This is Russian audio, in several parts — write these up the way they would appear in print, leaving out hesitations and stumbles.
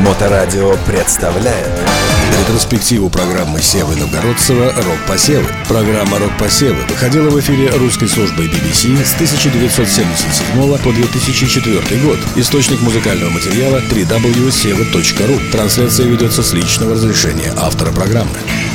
Моторадио представляет ретроспективу программы Севы Новгородцева «Рок-посевы». Программа «Рок-посевы» выходила в эфире русской службой BBC с 1977 по 2004 год. Источник музыкального материала www.seva.ru. Трансляция ведется с личного разрешения автора программы.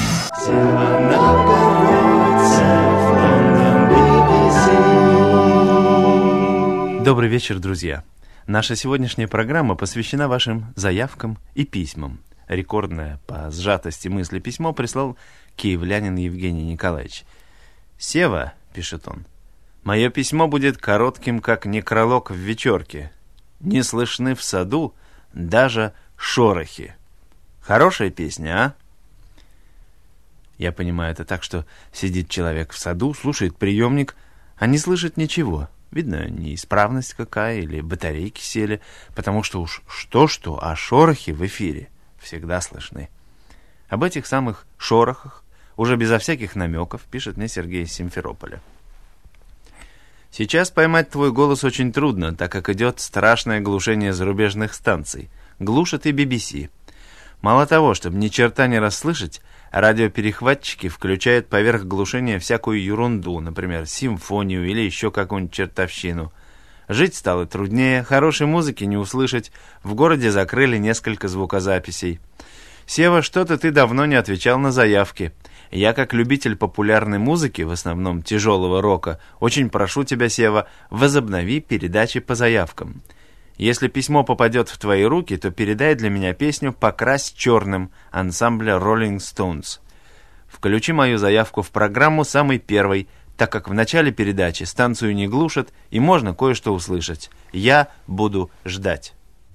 Добрый вечер, друзья! Наша сегодняшняя программа посвящена вашим заявкам и письмам. Рекордное по сжатости мысли письмо прислал киевлянин Евгений Николаевич. «Сева», — пишет он, — «мое письмо будет коротким, как некролог в вечерке. Не слышны в саду даже шорохи». Хорошая песня, а? Я понимаю это так, что сидит человек в саду, слушает приемник, а не слышит ничего. Видно, неисправность какая или батарейки сели, потому что уж что-что, а шорохи в эфире всегда слышны. Об этих самых шорохах, уже безо всяких намеков, пишет мне Сергей из Симферополя. «Сейчас поймать твой голос очень трудно, так как идет страшное глушение зарубежных станций. Глушат и BBC. Мало того, чтобы ни черта не расслышать, радиоперехватчики включают поверх глушения всякую ерунду, например, симфонию или еще какую-нибудь чертовщину. Жить стало труднее, хорошей музыки не услышать, в городе закрыли несколько звукозаписей. Сева, что-то ты давно не отвечал на заявки. Я, как любитель популярной музыки, в основном тяжелого рока, очень прошу тебя, Сева, возобнови передачи по заявкам. Если письмо попадет в твои руки, то передай для меня песню «Покрась черным» ансамбля Rolling Stones. Включи мою заявку в программу самой первой, так как в начале передачи станцию не глушат и можно кое-что услышать. Я буду ждать».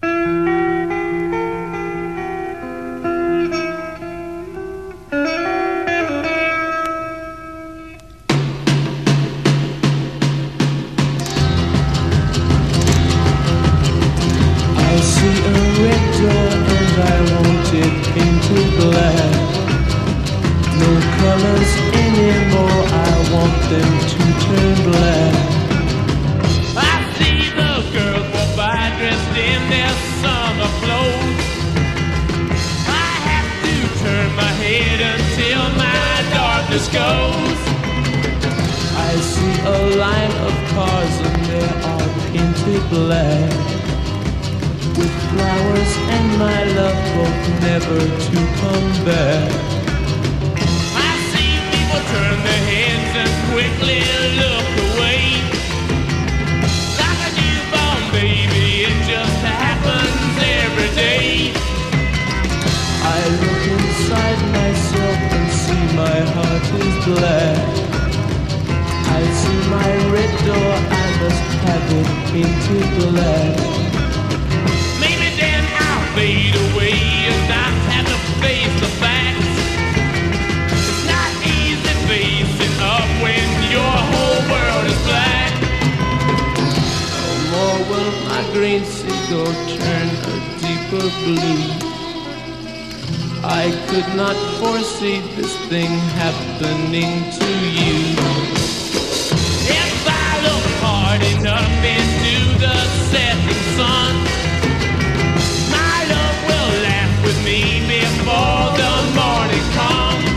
I see a line of cars and they are painted black, with flowers and my love hope never to come back. I see people turn their heads and quickly look away, like a newborn baby, it just happens every day. I look inside myself and see my heart is black. I see my red door, I must have it painted black. Maybe then I'll fade away and not have to face the facts. It's not easy facing up when your whole world is black. No more will my green seagull turn a deeper blue. I could not foresee this thing happening to you. If I look hard enough into the setting sun, my love will laugh with me before the morning comes.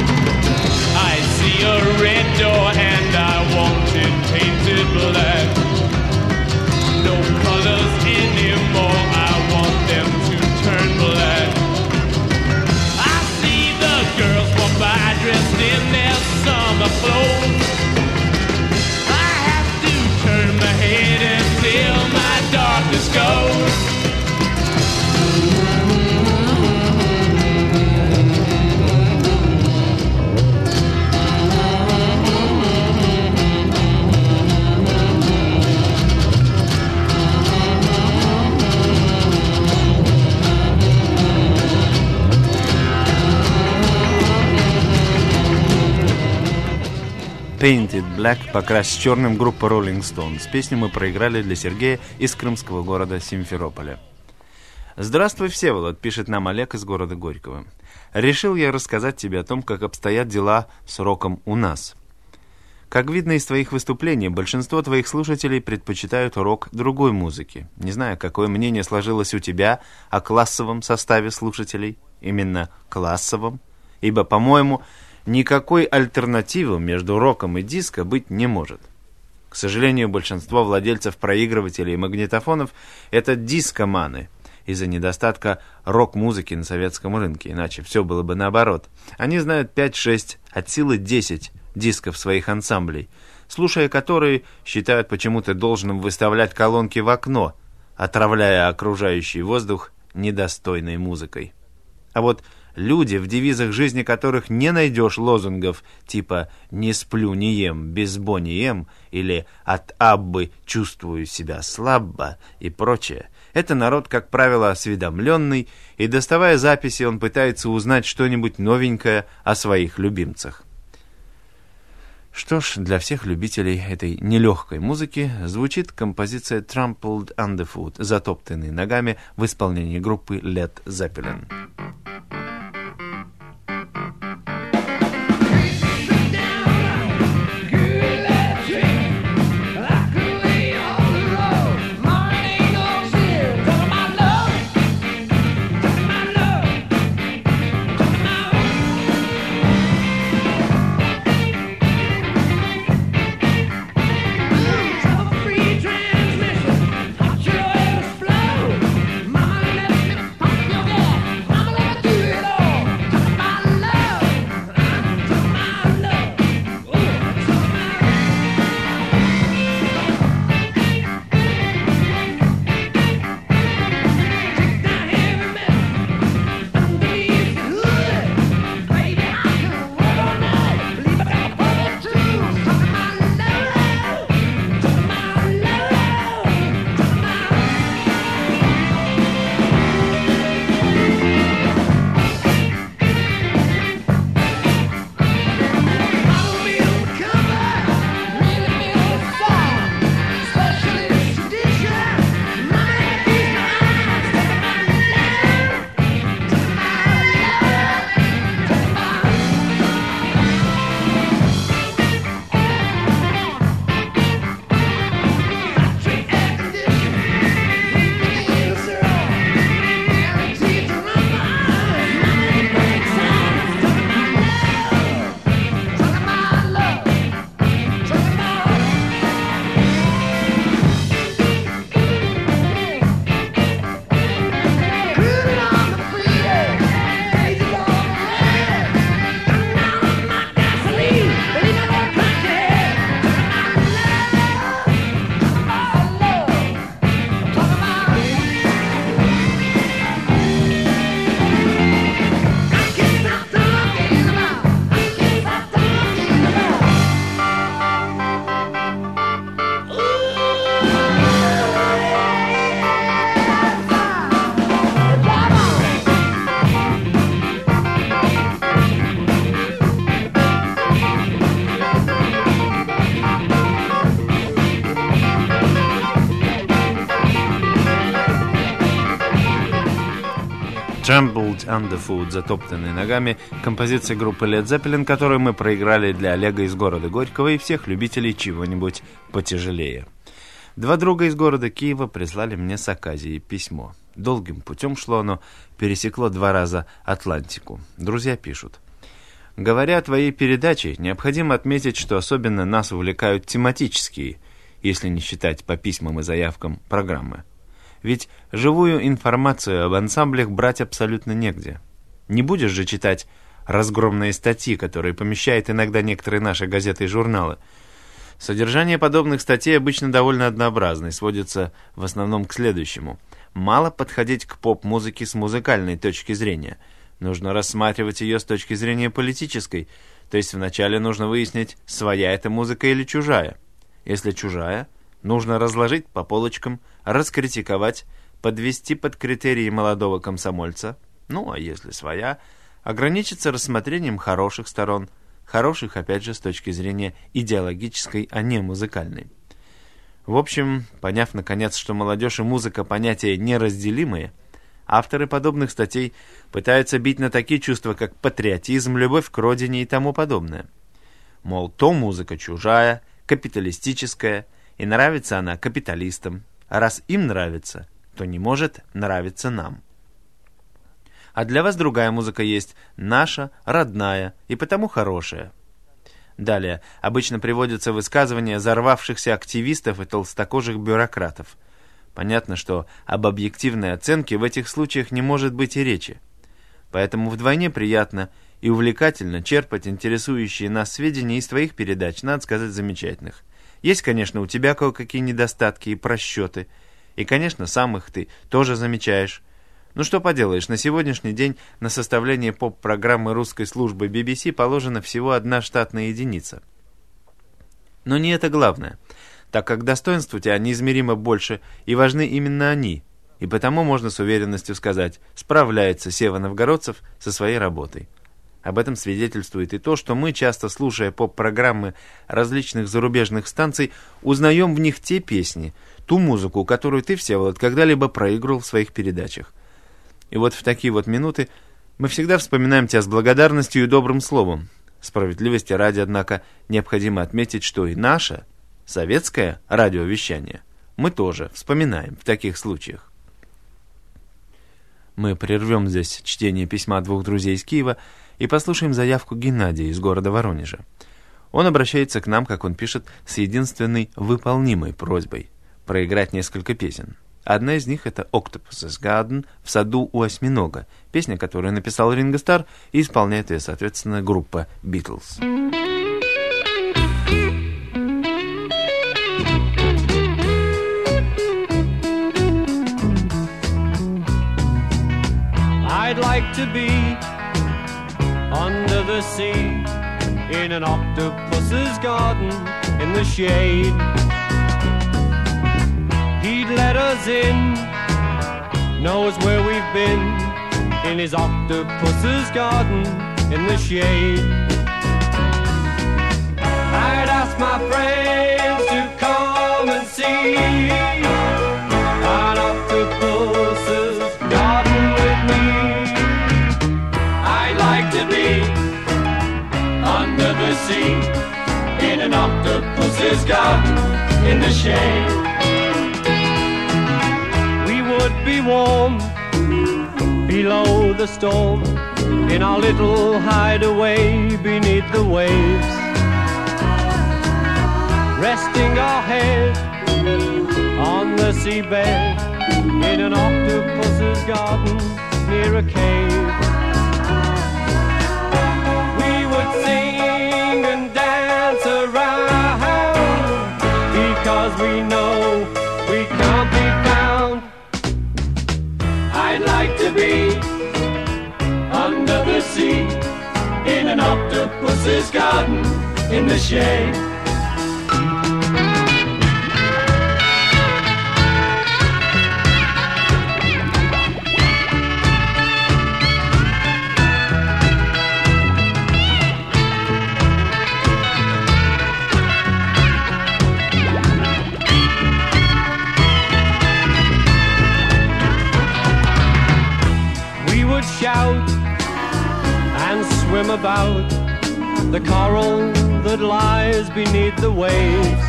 I see a red door and I want it painted black. No colors anymore, I want them to turn black. Girls walk by dressed in their summer clothes. I have to turn my head until my darkness goes. Painted Black, «Покрась черным», группа Rolling Stones. Песню мы проиграли для Сергея из крымского города Симферополя. «Здравствуй, Всеволод», — пишет нам Олег из города Горького. «Решил я рассказать тебе о том, как обстоят дела с роком у нас. Как видно из твоих выступлений, большинство твоих слушателей предпочитают рок другой музыки. Не знаю, какое мнение сложилось у тебя о классовом составе слушателей. Именно классовом. Ибо, по-моему, никакой альтернативы между роком и диско быть не может. К сожалению, большинство владельцев проигрывателей и магнитофонов – это дискоманы из-за недостатка рок-музыки на советском рынке, иначе все было бы наоборот. Они знают 5-6, от силы 10 дисков своих ансамблей, слушая которые, считают почему-то должным выставлять колонки в окно, отравляя окружающий воздух недостойной музыкой. А вот люди, в девизах жизни которых не найдешь лозунгов типа «не сплю, не ем, без Бо не ем» или «от Аббы чувствую себя слабо» и прочее, это народ, как правило, осведомленный, и, доставая записи, он пытается узнать что-нибудь новенькое о своих любимцах. Что ж, для всех любителей этой нелегкой музыки звучит композиция «Trampled Underfoot», затоптанный ногами, в исполнении группы Led Zeppelin. «Trampled Underfoot», затоптанный ногами, композиция группы Led Zeppelin, которую мы проиграли для Олега из города Горького и всех любителей чего-нибудь потяжелее. Два друга из города Киева прислали мне с Аказии письмо. Долгим путем шло оно, пересекло 2 раза Атлантику. Друзья пишут: «Говоря о твоей передаче, необходимо отметить, что особенно нас увлекают тематические, если не считать по письмам и заявкам, программы. Ведь живую информацию об ансамблях брать абсолютно негде. Не будешь же читать разгромные статьи, которые помещают иногда некоторые наши газеты и журналы. Содержание подобных статей обычно довольно однообразно и сводится в основном к следующему. Мало подходить к поп-музыке с музыкальной точки зрения. Нужно рассматривать ее с точки зрения политической, то есть вначале нужно выяснить, своя это музыка или чужая. Если чужая, нужно разложить по полочкам, раскритиковать, подвести под критерии молодого комсомольца. Ну, а если своя, ограничиться рассмотрением хороших сторон, хороших, опять же, с точки зрения идеологической, а не музыкальной. В общем, поняв, наконец, что молодежь и музыка понятия неразделимые, авторы подобных статей пытаются бить на такие чувства, как патриотизм, любовь к родине и тому подобное. Мол, то музыка чужая, капиталистическая, и нравится она капиталистам. А раз им нравится, то не может нравиться нам. А для вас другая музыка есть, наша, родная и потому хорошая. Далее, обычно приводятся высказывания взорвавшихся активистов и толстокожих бюрократов. Понятно, что об объективной оценке в этих случаях не может быть и речи. Поэтому вдвойне приятно и увлекательно черпать интересующие нас сведения из твоих передач, надо сказать, замечательных. Есть, конечно, у тебя кое-какие недостатки и просчеты, и, конечно, сам их ты тоже замечаешь. Ну что поделаешь, на сегодняшний день на составление поп-программы русской службы BBC положена всего 1 штатная единица. Но не это главное, так как достоинств у тебя неизмеримо больше, и важны именно они, и потому можно с уверенностью сказать, справляется Сева Новгородцев со своей работой. Об этом свидетельствует и то, что мы, часто слушая поп-программы различных зарубежных станций, узнаем в них те песни, ту музыку, которую ты, Всеволод, когда-либо проигрывал в своих передачах. И вот в такие вот минуты мы всегда вспоминаем тебя с благодарностью и добрым словом. Справедливости ради, однако, необходимо отметить, что и наше советское радиовещание мы тоже вспоминаем в таких случаях. Мы прервем здесь чтение письма 2 друзей из Киева и послушаем заявку Геннадия из города Воронежа. Он обращается к нам, как он пишет, с единственной выполнимой просьбой – проиграть несколько песен. Одна из них – это «Octopus's Garden» в саду у осьминога, песня, которую написал Ринго Старр, и исполняет ее, соответственно, группа «Битлз». I'd like to be under the sea in an octopus's garden in the shade. He'd let us in, knows where we've been, in his octopus's garden in the shade. I'd ask my friends to come and see an octopus's garden with me. I'd like to be under the sea in an octopus's garden in the shade. Be warm below the storm in our little hideaway beneath the waves, resting our head on the seabed in an octopus's garden near a cave. We would sing and dance around because we know we can't be found. I'd like to be under the sea in an octopus's garden in the shade. Shout and swim about the coral that lies beneath the waves.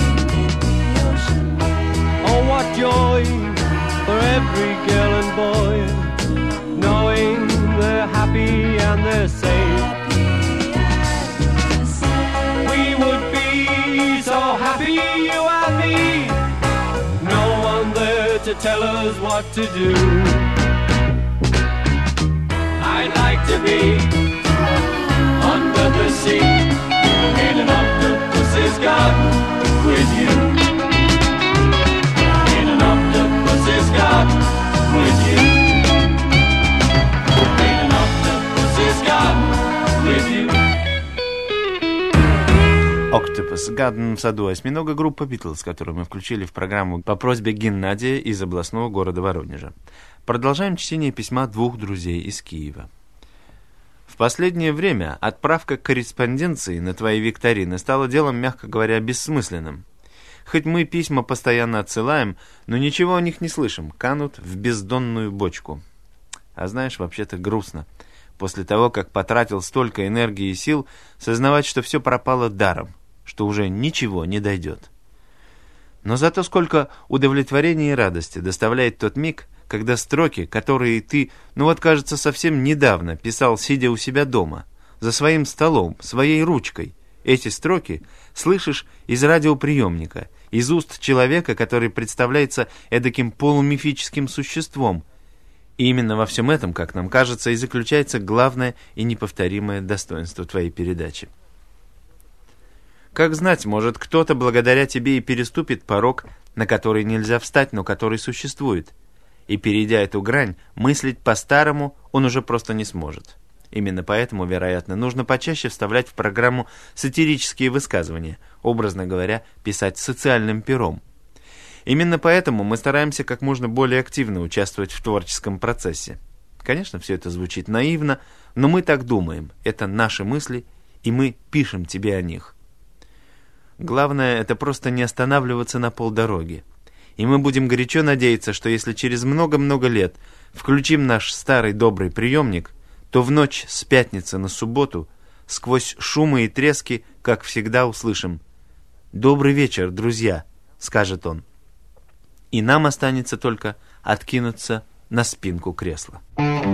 Oh, what joy for every girl and boy, knowing they're happy and they're safe. We would be so happy, you and me, no one there to tell us what to do. I'd like to be under the sea in an octopus's garden with you. In an octopus's garden with you. In an octopus's garden with you. Octopus Garden в саду осьминога, группа Битлз, которую мы включили в программу по просьбе Геннадия из областного города Воронежа. Продолжаем чтение письма 2 друзей из Киева. В последнее время отправка корреспонденции на твои викторины стала делом, мягко говоря, бессмысленным. Хоть мы письма постоянно отсылаем, но ничего о них не слышим, канут в бездонную бочку. А знаешь, вообще-то грустно. после того, как потратил столько энергии и сил, сознавать, что все пропало даром, что уже ничего не дойдет. Но зато сколько удовлетворения и радости доставляет тот миг, когда строки, которые ты, кажется, совсем недавно писал, сидя у себя дома, за своим столом, своей ручкой, эти строки слышишь из радиоприемника, из уст человека, который представляется эдаким полумифическим существом. И именно во всем этом, как нам кажется, и заключается главное и неповторимое достоинство твоей передачи. Как знать, может, кто-то благодаря тебе и переступит порог, на который нельзя встать, но который существует. И, перейдя эту грань, мыслить по-старому он уже просто не сможет. Именно поэтому, вероятно, нужно почаще вставлять в программу сатирические высказывания, образно говоря, писать социальным пером. Именно поэтому мы стараемся как можно более активно участвовать в творческом процессе. Конечно, все это звучит наивно, но мы так думаем, это наши мысли, и мы пишем тебе о них. Главное, это просто не останавливаться на полдороги. И мы будем горячо надеяться, что если через много-много лет включим наш старый добрый приемник, то в ночь с пятницы на субботу, сквозь шумы и трески, как всегда, услышим: «Добрый вечер, друзья», — скажет он. И нам останется только откинуться на спинку кресла.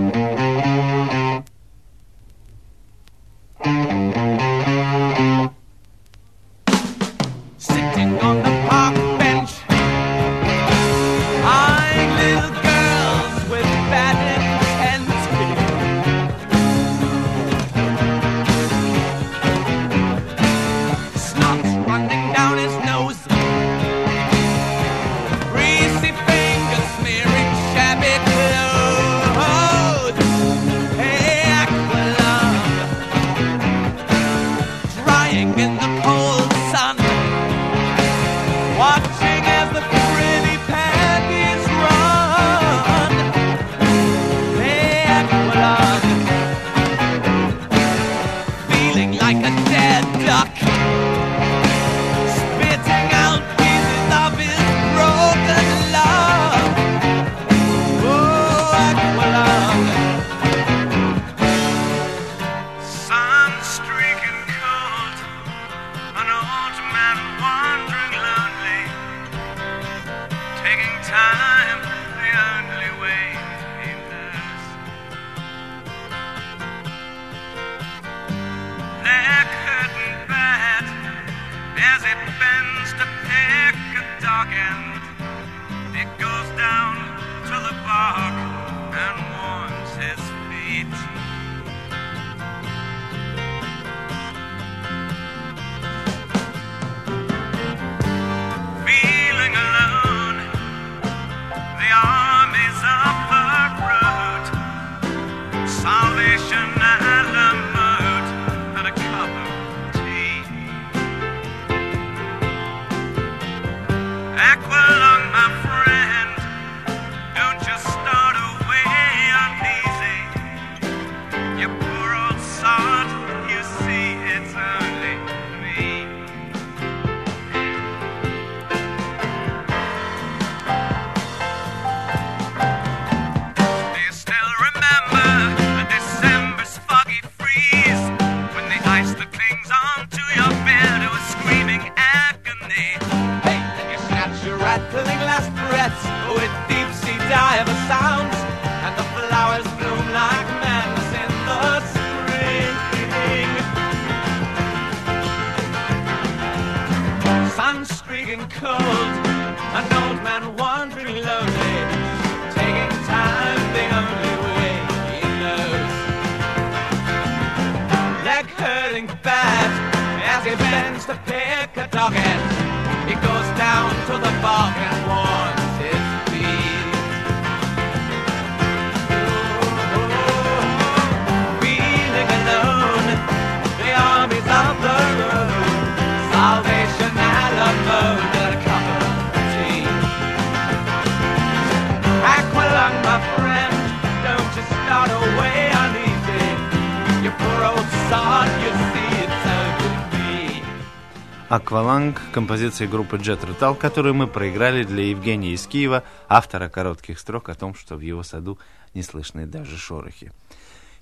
«Акваланг» — композиция группы Jet Rotal, которую мы проиграли для Евгения из Киева, автора коротких строк о том, что в его саду не слышны даже шорохи.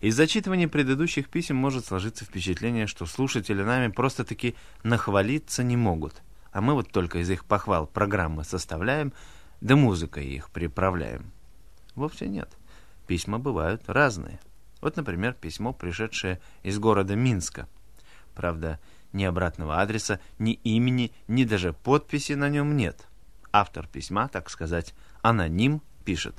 Из зачитывания предыдущих писем может сложиться впечатление, что слушатели нами просто-таки нахвалиться не могут, а мы вот только из их похвал программы составляем, да музыкой их приправляем. Вовсе нет. Письма бывают разные. Вот, например, письмо, пришедшее из города Минска. Правда, ни обратного адреса, ни имени, ни даже подписи на нем нет. Автор письма, так сказать, аноним, пишет.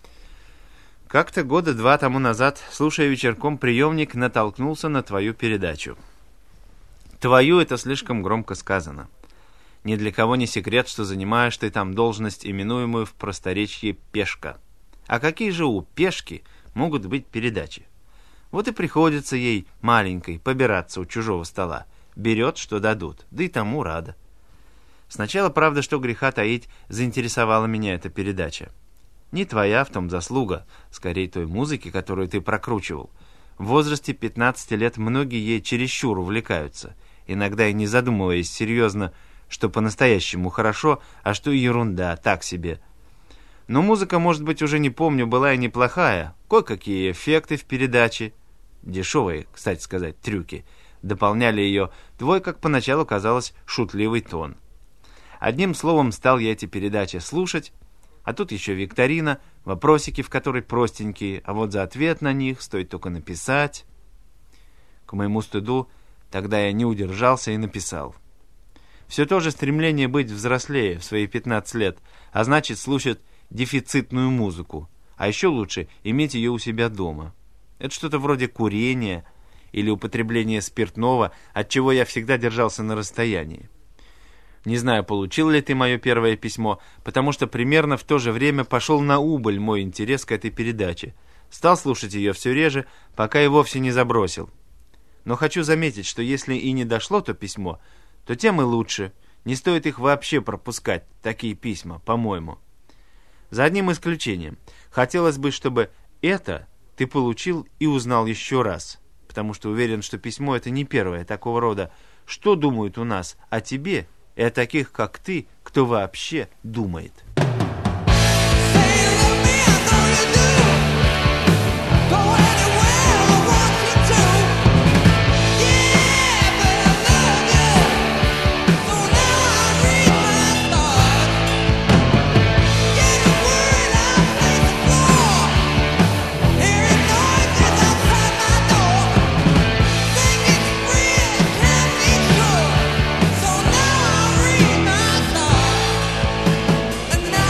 Как-то года 2 тому назад, слушая вечерком приемник, натолкнулся на твою передачу. Твою — это слишком громко сказано. Ни для кого не секрет, что занимаешь ты там должность, именуемую в просторечии пешка. А какие же у пешки могут быть передачи? Вот и приходится ей, маленькой, побираться у чужого стола. Берет, что дадут, да и тому рада. Сначала, правда, что греха таить, заинтересовала меня эта передача. Не твоя в том заслуга, скорее той музыки, которую ты прокручивал. В возрасте 15 лет многие ей чересчур увлекаются, иногда и не задумываясь серьезно, что по-настоящему хорошо, а что ерунда, так себе. Но музыка, может быть, уже не помню, была и неплохая. Кое-какие эффекты в передаче, дешевые, кстати сказать, трюки, дополняли ее твой, как поначалу казалось, шутливый тон. Одним словом, стал я эти передачи слушать, а тут еще викторина, вопросики, в которой простенькие, а вот за ответ на них стоит только написать. К моему стыду, тогда я не удержался и написал. Все то же стремление быть взрослее в свои 15 лет, а значит слушать дефицитную музыку, а еще лучше иметь ее у себя дома. Это что-то вроде курения или употребления спиртного, от чего я всегда держался на расстоянии. Не знаю, получил ли ты мое первое письмо, потому что примерно в то же время пошел на убыль мой интерес к этой передаче. Стал слушать ее все реже, пока и вовсе не забросил. Но хочу заметить, что если и не дошло то письмо, то тем и лучше. Не стоит их вообще пропускать, такие письма, по-моему. За одним исключением. Хотелось бы, чтобы это ты получил и узнал еще раз, потому что уверен, что письмо это не первое такого рода. Что думают у нас о тебе и о таких, как ты, кто вообще думает? And now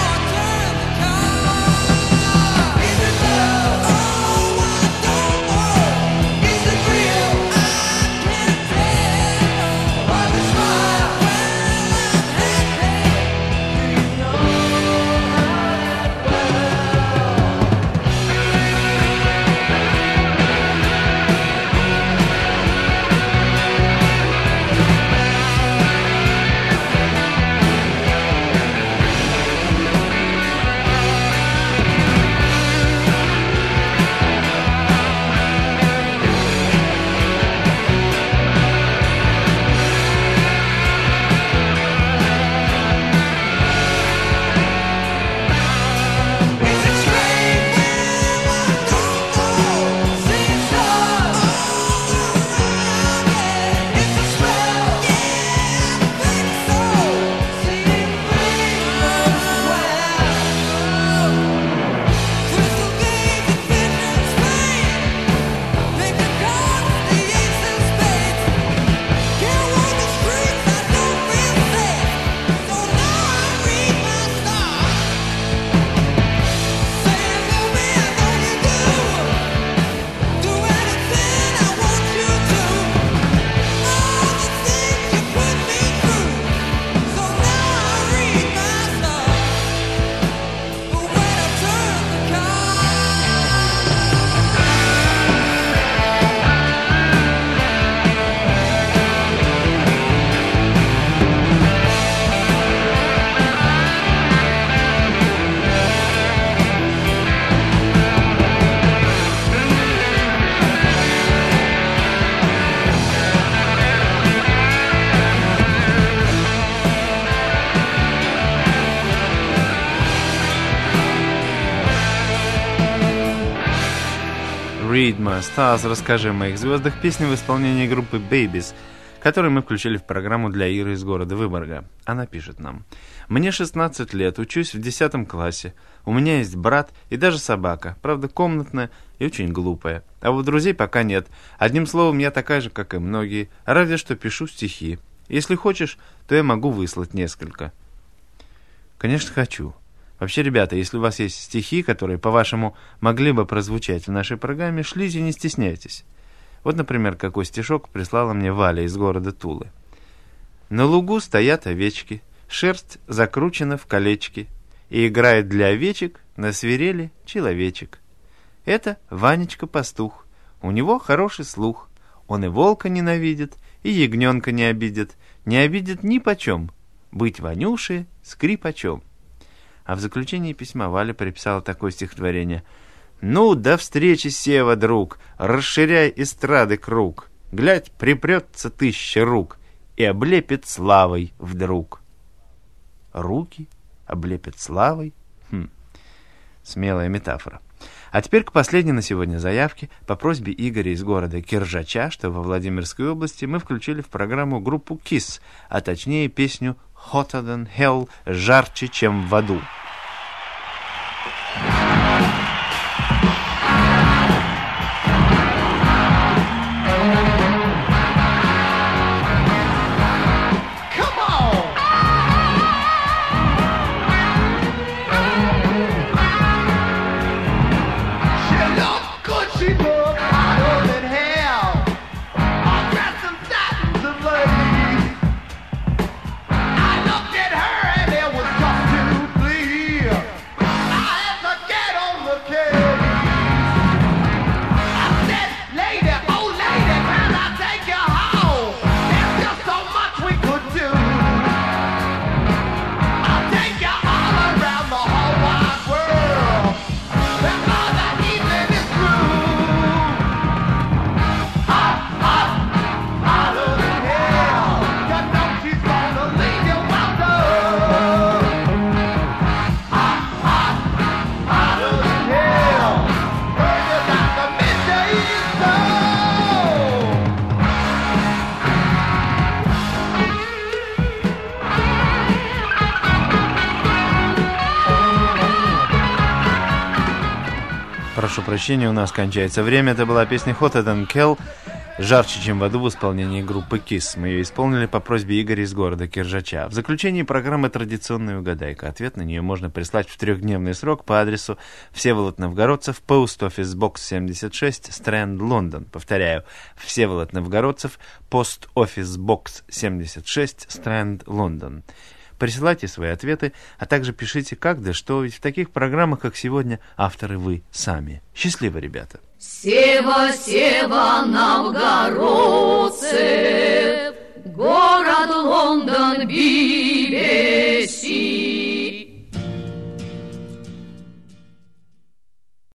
Read My Stars, расскажи о моих звездах, песни в исполнении группы Babies, которые мы включили в программу для Иры из города Выборга. Она пишет нам: «Мне 16 лет, учусь в 10 классе. У меня есть брат и даже собака, правда комнатная и очень глупая. А вот друзей пока нет. Одним словом, я такая же, как и многие, разве что пишу стихи. Если хочешь, то я могу выслать несколько». Конечно, хочу. Вообще, ребята, если у вас есть стихи, которые, по-вашему, могли бы прозвучать в нашей программе, шлите, не стесняйтесь. Вот, например, какой стишок прислала мне Валя из города Тулы. «На лугу стоят овечки, шерсть закручена в колечки, и играет для овечек на свирели человечек. Это Ванечка-пастух, у него хороший слух, он и волка ненавидит, и ягненка не обидит ни почем, быть Ванюше скрипачом». А в заключении письма Валя приписала такое стихотворение: «Ну, до встречи, Сева, друг, расширяй эстрады круг, глядь, припрется 1000 рук и облепит славой вдруг». Руки облепит славой? Смелая метафора. А теперь к последней на сегодня заявке. По просьбе Игоря из города Киржача, что во Владимирской области, мы включили в программу группу KISS, а точнее песню «Hotter than Hell», «Жарче, чем в аду». Прошу прощения, у нас кончается время. Это была песня «Hotter than Hell», «Жарче, чем в аду» в исполнении группы KISS. Мы ее исполнили по просьбе Игоря из города Киржача. В заключении программы «Традиционная угадайка». Ответ на нее можно прислать в 3-дневный срок по адресу Всеволод Новгородцев, Post Office Box 76, Strand, Лондон. Повторяю, Всеволод Новгородцев, Post Office Box 76, Strand, Лондон. Присылайте свои ответы, а также пишите как да что, ведь в таких программах, как сегодня, авторы вы сами. Счастливо, ребята! Сева, Сева, новгородцев, город Лондон, Бибе.